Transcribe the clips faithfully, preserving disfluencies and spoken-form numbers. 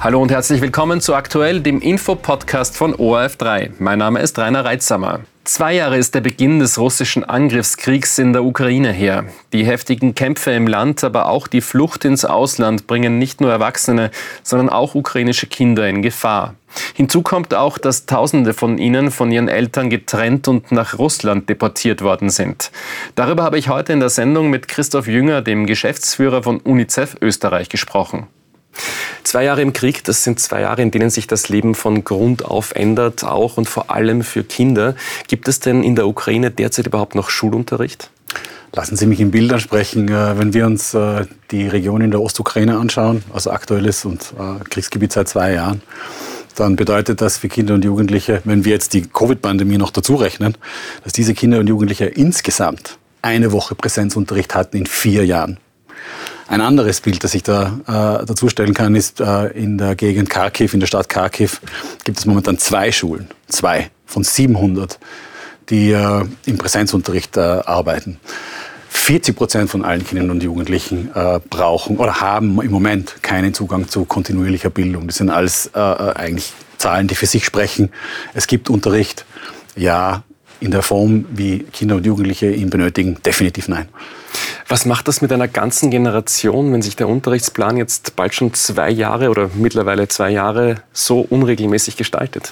Hallo und herzlich willkommen zu Aktuell, dem Info-Podcast von O R F drei. Mein Name ist Rainer Reitsamer. Zwei Jahre ist der Beginn des russischen Angriffskriegs in der Ukraine her. Die heftigen Kämpfe im Land, aber auch die Flucht ins Ausland bringen nicht nur Erwachsene, sondern auch ukrainische Kinder in Gefahr. Hinzu kommt auch, dass Tausende von ihnen von ihren Eltern getrennt und nach Russland deportiert worden sind. Darüber habe ich heute in der Sendung mit Christoph Jünger, dem Geschäftsführer von UNICEF Österreich, gesprochen. Zwei Jahre im Krieg, das sind zwei Jahre, in denen sich das Leben von Grund auf ändert, auch und vor allem für Kinder. Gibt es denn in der Ukraine derzeit überhaupt noch Schulunterricht? Lassen Sie mich in Bildern sprechen. Wenn wir uns die Region in der Ostukraine anschauen, also aktuelles und Kriegsgebiet seit zwei Jahren, dann bedeutet das für Kinder und Jugendliche, wenn wir jetzt die Covid-Pandemie noch dazu rechnen, dass diese Kinder und Jugendliche insgesamt eine Woche Präsenzunterricht hatten in vier Jahren. Ein anderes Bild, das ich da äh, dazu stellen kann, ist äh, in der Gegend Kharkiv, in der Stadt Kharkiv, gibt es momentan zwei Schulen, zwei von siebenhundert, die äh, im Präsenzunterricht äh, arbeiten. vierzig Prozent von allen Kindern und Jugendlichen äh, brauchen oder haben im Moment keinen Zugang zu kontinuierlicher Bildung. Das sind alles äh, eigentlich Zahlen, die für sich sprechen. Es gibt Unterricht, ja, in der Form, wie Kinder und Jugendliche ihn benötigen, definitiv nein. Was macht das mit einer ganzen Generation, wenn sich der Unterrichtsplan jetzt bald schon zwei Jahre oder mittlerweile zwei Jahre so unregelmäßig gestaltet?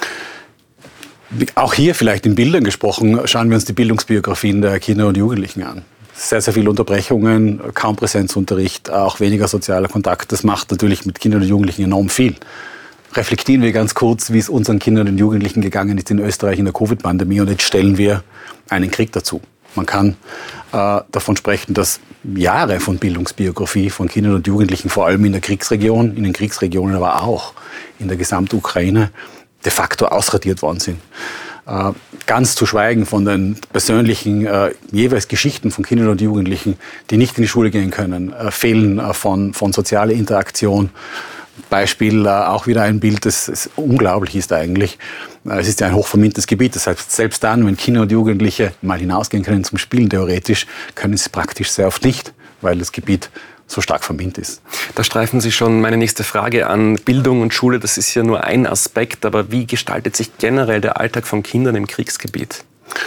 Auch hier vielleicht in Bildern gesprochen, schauen wir uns die Bildungsbiografien der Kinder und Jugendlichen an. Sehr, sehr viele Unterbrechungen, kaum Präsenzunterricht, auch weniger sozialer Kontakt. Das macht natürlich mit Kindern und Jugendlichen enorm viel. Reflektieren wir ganz kurz, wie es unseren Kindern und Jugendlichen gegangen ist in Österreich in der Covid-Pandemie. Und jetzt stellen wir einen Krieg dazu. Man kann äh, davon sprechen, dass Jahre von Bildungsbiografie von Kindern und Jugendlichen, vor allem in der Kriegsregion, in den Kriegsregionen, aber auch in der gesamten Ukraine, de facto ausradiert worden sind. Äh, ganz zu schweigen von den persönlichen äh, jeweils Geschichten von Kindern und Jugendlichen, die nicht in die Schule gehen können, äh, fehlen äh, von, von sozialer Interaktion. Beispiel, äh, auch wieder ein Bild, das, das unglaublich ist eigentlich. Es ist ja ein hochvermintes Gebiet, das heißt, selbst dann, wenn Kinder und Jugendliche mal hinausgehen können zum Spielen theoretisch, können sie es praktisch sehr oft nicht, weil das Gebiet so stark vermint ist. Da streifen Sie schon meine nächste Frage an. Bildung und Schule, das ist ja nur ein Aspekt, aber wie gestaltet sich generell der Alltag von Kindern im Kriegsgebiet?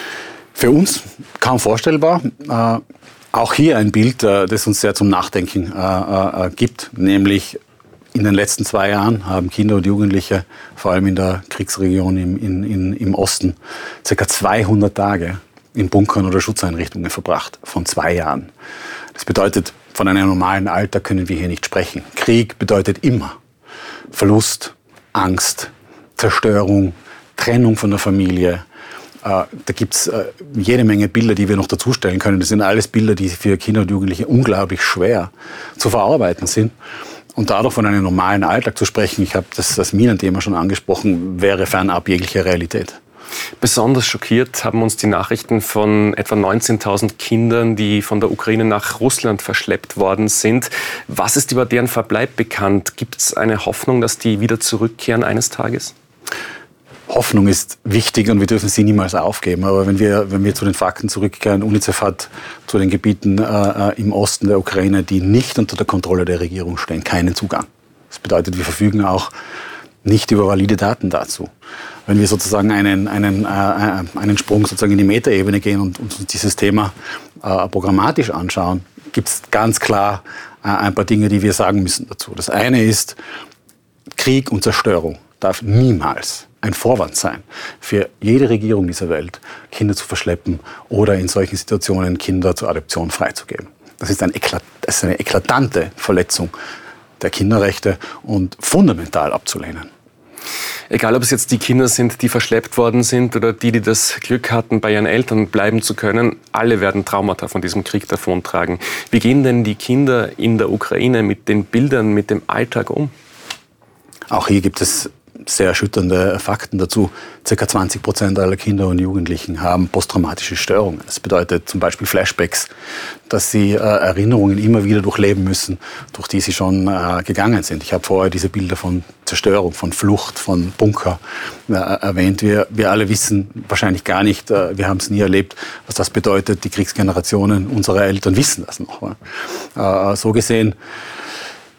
Für uns kaum vorstellbar. Äh, auch hier ein Bild, äh, das uns sehr zum Nachdenken äh, äh, gibt, nämlich in den letzten zwei Jahren haben Kinder und Jugendliche, vor allem in der Kriegsregion im, in, in, im Osten, ca. zweihundert Tage in Bunkern oder Schutzeinrichtungen verbracht, von zwei Jahren. Das bedeutet, von einem normalen Alter können wir hier nicht sprechen. Krieg bedeutet immer Verlust, Angst, Zerstörung, Trennung von der Familie. Äh, da gibt es äh, jede Menge Bilder, die wir noch dazustellen können. Das sind alles Bilder, die für Kinder und Jugendliche unglaublich schwer zu verarbeiten sind. Und dadurch von einem normalen Alltag zu sprechen, ich habe das, das Minenthema schon angesprochen, wäre fernab jeglicher Realität. Besonders schockiert haben uns die Nachrichten von etwa neunzehntausend Kindern, die von der Ukraine nach Russland verschleppt worden sind. Was ist über deren Verbleib bekannt? Gibt es eine Hoffnung, dass die wieder zurückkehren eines Tages? Hoffnung ist wichtig und wir dürfen sie niemals aufgeben. Aber wenn wir, wenn wir zu den Fakten zurückkehren, UNICEF hat zu den Gebieten äh, im Osten der Ukraine, die nicht unter der Kontrolle der Regierung stehen, keinen Zugang. Das bedeutet, wir verfügen auch nicht über valide Daten dazu. Wenn wir sozusagen einen, einen, äh, einen Sprung sozusagen in die Metaebene gehen und uns dieses Thema äh, programmatisch anschauen, gibt es ganz klar äh, ein paar Dinge, die wir sagen müssen dazu. Das eine ist, Krieg und Zerstörung darf niemals ein Vorwand sein für jede Regierung dieser Welt, Kinder zu verschleppen oder in solchen Situationen Kinder zur Adoption freizugeben. Das ist, ein Eklat- das ist eine eklatante Verletzung der Kinderrechte und fundamental abzulehnen. Egal, ob es jetzt die Kinder sind, die verschleppt worden sind oder die, die das Glück hatten, bei ihren Eltern bleiben zu können, alle werden Traumata von diesem Krieg davontragen. Wie gehen denn die Kinder in der Ukraine mit den Bildern, mit dem Alltag um? Auch hier gibt es sehr erschütternde Fakten dazu. Circa zwanzig Prozent aller Kinder und Jugendlichen haben posttraumatische Störungen. Das bedeutet zum Beispiel Flashbacks, dass sie äh, Erinnerungen immer wieder durchleben müssen, durch die sie schon äh, gegangen sind. Ich habe vorher diese Bilder von Zerstörung, von Flucht, von Bunker äh, erwähnt. Wir, wir alle wissen wahrscheinlich gar nicht, äh, wir haben es nie erlebt, was das bedeutet. Die Kriegsgenerationen unserer Eltern wissen das noch. Äh, so gesehen,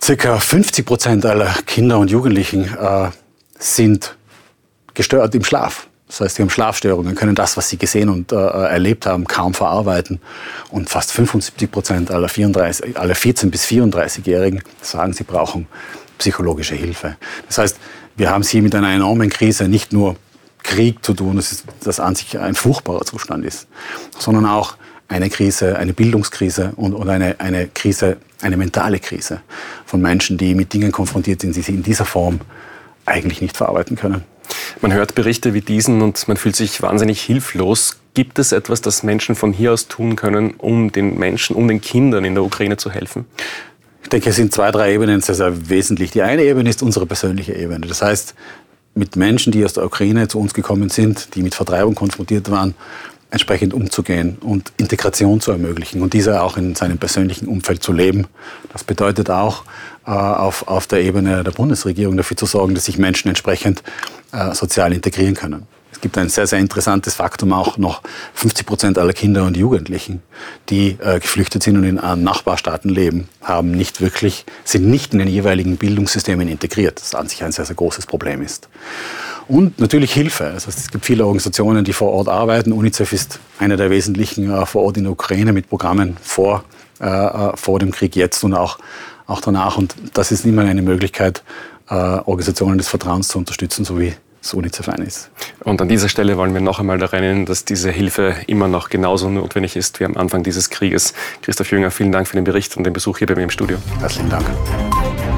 Circa fünfzig Prozent aller Kinder und Jugendlichen äh, sind gestört im Schlaf. Das heißt, sie haben Schlafstörungen, können das, was sie gesehen und äh, erlebt haben, kaum verarbeiten. Und fast fünfundsiebzig Prozent aller, aller vierzehn- bis vierunddreißigjährigen sagen, sie brauchen psychologische Hilfe. Das heißt, wir haben es hier mit einer enormen Krise, nicht nur Krieg zu tun, das, ist, das an sich ein furchtbarer Zustand ist, sondern auch eine Krise, eine Bildungskrise und, und eine, eine Krise, eine mentale Krise von Menschen, die mit Dingen konfrontiert sind, die sie in dieser Form eigentlich nicht verarbeiten können. Man hört Berichte wie diesen und man fühlt sich wahnsinnig hilflos. Gibt es etwas, das Menschen von hier aus tun können, um den Menschen, um den Kindern in der Ukraine zu helfen? Ich denke, es sind zwei, drei Ebenen sehr, sehr wesentlich. Die eine Ebene ist unsere persönliche Ebene. Das heißt, mit Menschen, die aus der Ukraine zu uns gekommen sind, die mit Vertreibung konfrontiert waren, entsprechend umzugehen und Integration zu ermöglichen und diese auch in seinem persönlichen Umfeld zu leben. Das bedeutet auch, äh, auf, auf der Ebene der Bundesregierung dafür zu sorgen, dass sich Menschen entsprechend äh, sozial integrieren können. Es gibt ein sehr, sehr interessantes Faktum auch noch. fünfzig Prozent aller Kinder und Jugendlichen, die äh, geflüchtet sind und in äh, Nachbarstaaten leben, haben nicht wirklich, sind nicht in den jeweiligen Bildungssystemen integriert, das an sich ein sehr, sehr großes Problem ist. Und natürlich Hilfe. Das heißt, es gibt viele Organisationen, die vor Ort arbeiten. UNICEF ist eine der wesentlichen äh, vor Ort in der Ukraine mit Programmen vor, äh, vor dem Krieg jetzt und auch, auch danach. Und das ist immer eine Möglichkeit, äh, Organisationen des Vertrauens zu unterstützen, so wie es UNICEF eine ist. Und an dieser Stelle wollen wir noch einmal daran erinnern, dass diese Hilfe immer noch genauso notwendig ist wie am Anfang dieses Krieges. Christoph Jünger, vielen Dank für den Bericht und den Besuch hier bei mir im Studio. Herzlichen Dank.